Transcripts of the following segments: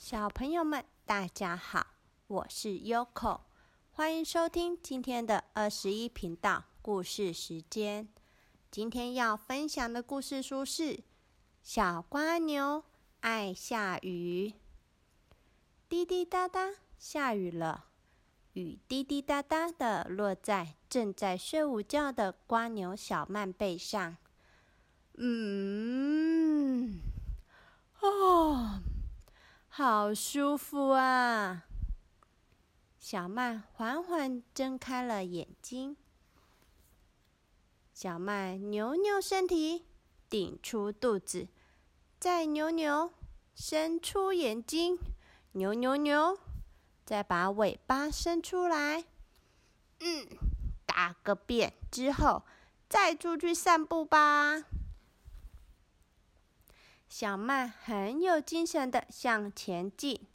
小朋友们，大家好，我是 Yoko， 欢迎收听今天的21频道故事时间。今天要分享的故事书是《小蜗牛爱下雨》。滴滴答答，下雨了，雨滴滴答答的落在正在睡午觉的蜗牛小曼背上。好舒服啊！小曼缓缓睁开了眼睛。小曼扭扭身体，顶出肚子，再扭扭，伸出眼睛，扭扭扭，再把尾巴伸出来。大个便之后，再出去散步吧。小曼很有精神地向前进，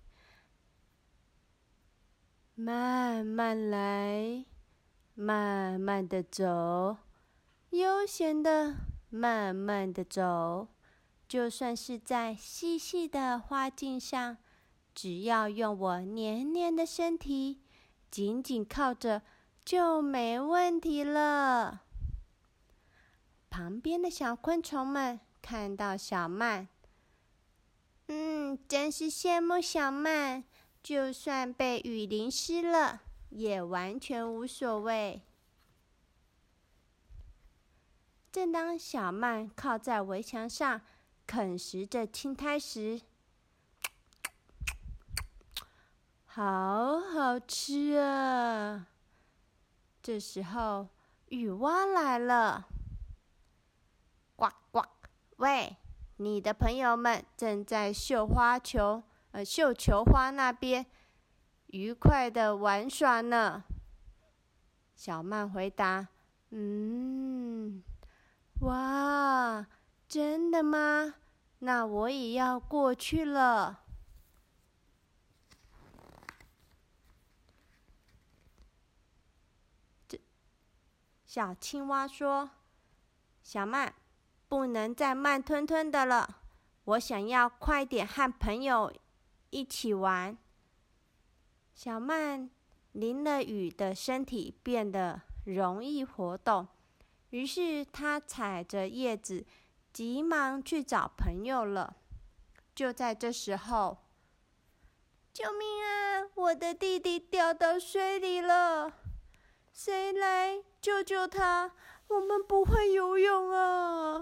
慢慢来，慢慢地走，悠闲地慢慢地走。就算是在细细的花茎上，只要用我黏黏的身体紧紧靠着，就没问题了。旁边的小昆虫们看到小曼，真是羡慕小曼，就算被雨淋湿了，也完全无所谓。正当小曼靠在围墙上啃食着青苔时，好好吃啊！这时候，雨蛙来了。呱呱，喂，你的朋友们正在绣球花那边愉快的玩耍呢。小曼回答：哇，真的吗？那我也要过去了。小青蛙说：小曼，不能再慢吞吞的了，我想要快点和朋友一起玩。小曼淋了雨的身体变得容易活动，于是她踩着叶子急忙去找朋友了。就在这时候，救命啊！我的弟弟掉到水里了，谁来救救他？我们不会游泳啊！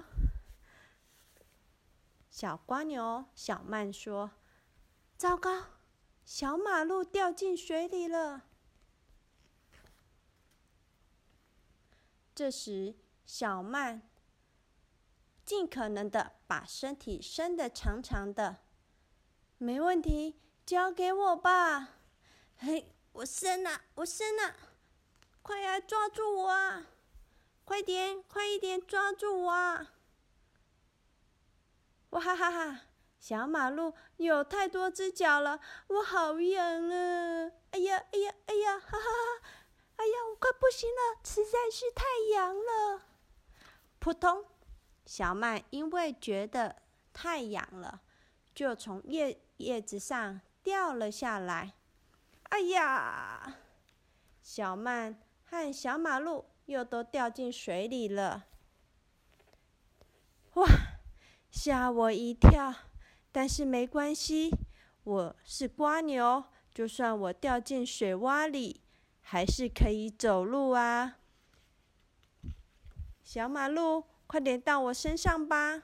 小蜗牛小曼说：糟糕，小马路掉进水里了。这时，小曼尽可能的把身体伸得长长的。没问题，交给我吧。嘿，我伸了，快来抓住我啊！快一点抓住我啊！哇哈哈哈！小马路有太多只脚了，我好痒啊！哎呀，哈哈哈！哎呀，我快不行了，实在是太痒了。扑通！小曼因为觉得太痒了，就从叶子上掉了下来。哎呀！小曼和小马路又都掉进水里了。哇！吓我一跳，但是没关系，我是蜗牛，就算我掉进水洼里，还是可以走路啊。小马路，快点到我身上吧。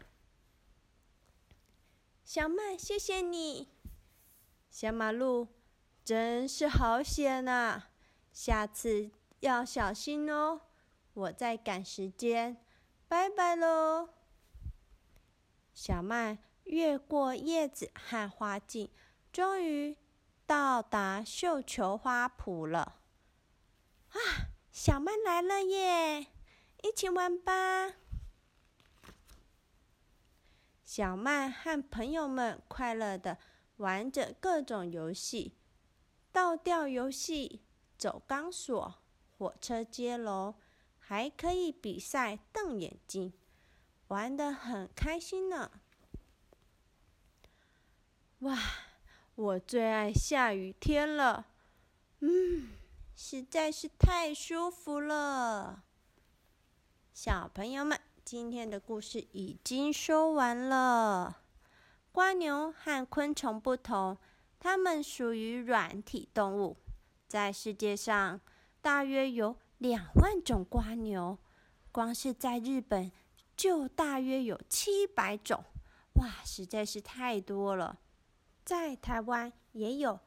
小曼，谢谢你。小马路，真是好险啊，下次要小心哦，我在赶时间，拜拜喽。小曼越过叶子和花茎，终于到达绣球花圃了。小曼来了耶！一起玩吧。小曼和朋友们快乐地玩着各种游戏，倒吊游戏、走钢索、火车接龙，还可以比赛瞪眼睛，玩得很开心呢。哇， 我最爱下雨天了。实在是太舒服了。小朋友们，今天的故事已经说完了。蝸牛和昆虫不同，它们属于软体动物。在世界上，大约有2万种蝸牛，光是在日本就大约有700种。哇，实在是太多了。在台湾也有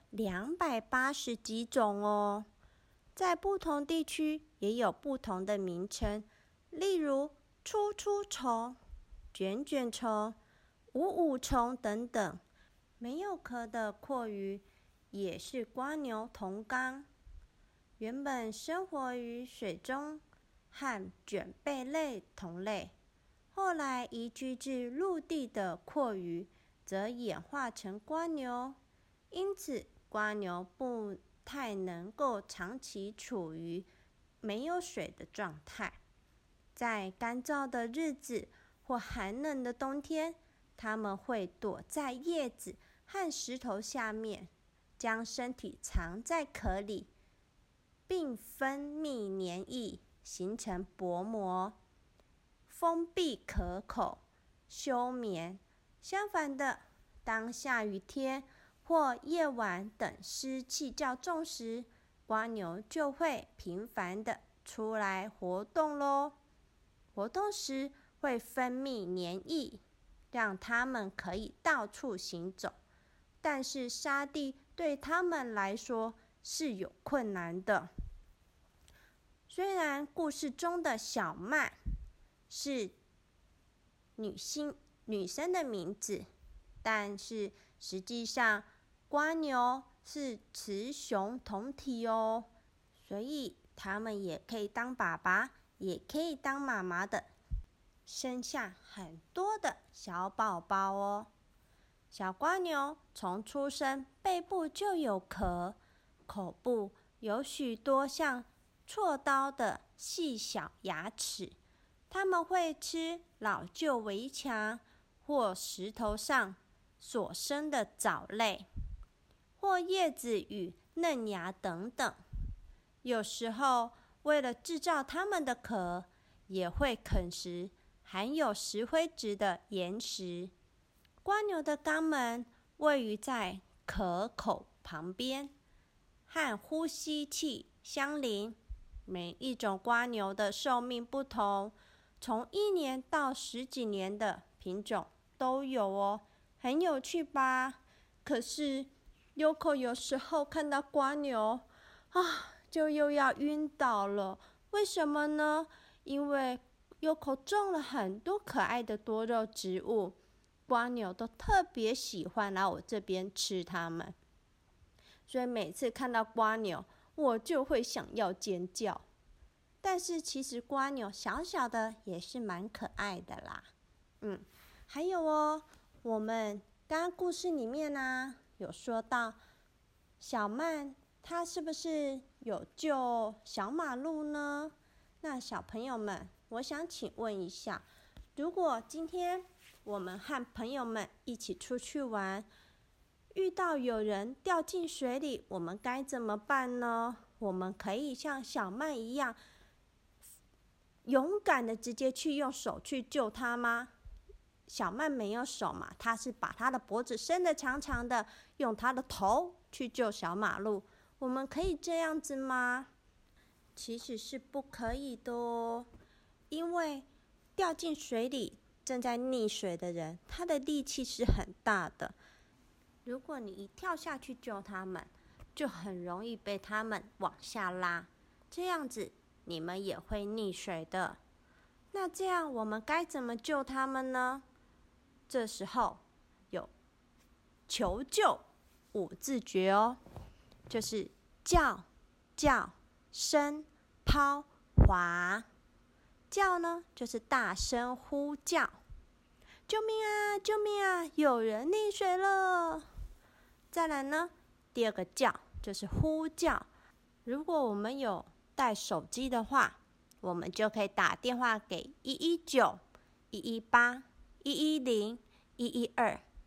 280几种哦。在不同地区也有不同的名称，例如出虫、卷卷虫、五虫等等。没有壳的蛞蝓也是蝸牛同纲，原本生活于水中，和卷贝类同类，后来移居至陆地的蛞蝓则演化成蝸牛，因此蝸牛不太能够长期处于没有水的状态。在干燥的日子或寒冷的冬天，它们会躲在叶子和石头下面，将身体藏在壳里，并分泌黏液，形成薄膜，封闭壳口，休眠。相反的，当下雨天或夜晚等湿气较重时，蝸牛就会频繁的出来活动咯。活动时会分泌黏液，让它们可以到处行走，但是沙地对它们来说是有困难的。虽然故事中的小曼是女生的名字，但是实际上蝸牛是雌雄同体哦，所以它们也可以当爸爸，也可以当妈妈的，生下很多的小宝宝哦。小蝸牛从出生背部就有壳，口部有许多像锉刀的细小牙齿。它们会吃老旧围墙或石头上所生的藻类，或叶子与嫩芽等等。有时候为了制造它们的壳，也会啃食含有石灰质的岩石。蝸牛的肛门位于在壳口旁边，和呼吸器相邻。每一种蝸牛的寿命不同，从1年到10几年的品种都有哦，很有趣吧？可是Yoko有时候看到蝸牛就又要晕倒了。为什么呢？因为Yoko种了很多可爱的多肉植物，蝸牛都特别喜欢来我这边吃它们，所以每次看到蝸牛，我就会想要尖叫。但是其实蝸牛小小的也是蛮可爱的啦。还有哦，我们刚刚故事里面有说到小曼她是不是有救小马路呢？那小朋友们，我想请问一下，如果今天我们和朋友们一起出去玩，遇到有人掉进水里，我们该怎么办呢？我们可以像小曼一样勇敢的直接去用手去救他吗？小曼没有手嘛，她是把她的脖子伸得长长的，用她的头去救小马路。我们可以这样子吗？其实是不可以的哦，因为掉进水里正在溺水的人，他的力气是很大的。如果你一跳下去救他们，就很容易被他们往下拉，这样子你们也会溺水的。那这样我们该怎么救他们呢？这时候有求救5字诀哦，就是叫、声、抛、划。叫呢，就是大声呼叫，救命啊！救命啊！有人溺水了。再来呢，第2个叫就是呼叫。如果我们有带手机的话，我们就可以打电话给119、118、110、112，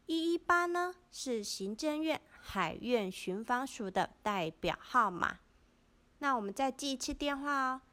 118呢是行政院海院巡防署的代表号码。那我们再记一次电话哦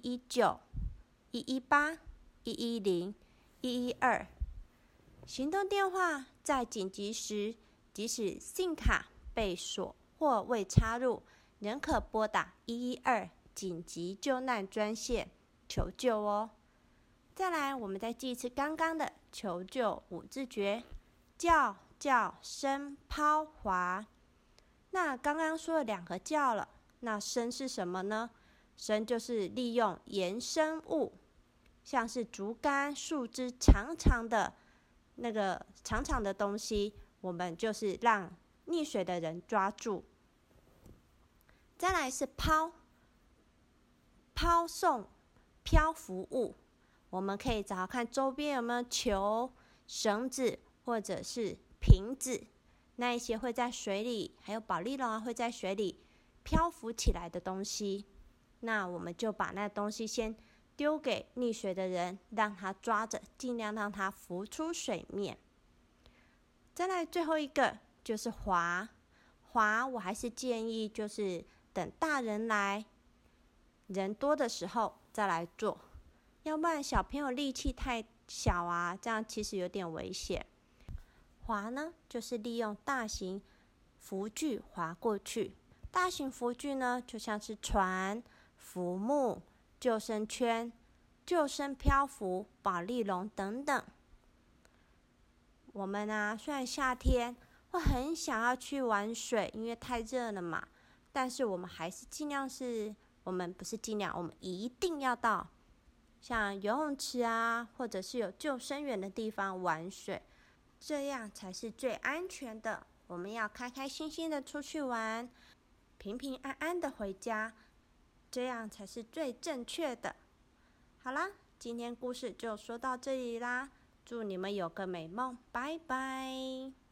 ，119、118、110、112。行动电话在紧急时，即使 SIM 卡被锁或未插入，仍可拨打112紧急救难专线求救哦。再来，我们再记一次刚刚的求救5字诀：叫、叫声、抛、滑。那刚刚说了2个叫了，那声是什么呢？声就是利用延伸物，像是竹竿、树枝长长的东西，我们就是让溺水的人抓住。再来是抛，抛送漂浮物，我们可以找找看周边有没有球、绳子或者是瓶子，那一些会在水里，还有保丽龙会在水里漂浮起来的东西，那我们就把那东西先丢给溺水的人，让他抓着，尽量让他浮出水面。再来最后一个就是滑，我还是建议就是等大人来人多的时候再来做，要不然小朋友力气太小啊，这样其实有点危险。滑呢就是利用大型浮具滑过去，大型浮具呢就像是船、浮木、救生圈、救生漂浮、保丽龙等等。我们虽然夏天会很想要去玩水，因为太热了嘛，但是我们还是我们一定要到像游泳池或者是有救生员的地方玩水，这样才是最安全的。我们要开开心心的出去玩，平平安安的回家，这样才是最正确的。好啦，今天故事就说到这里啦，祝你们有个美梦，拜拜。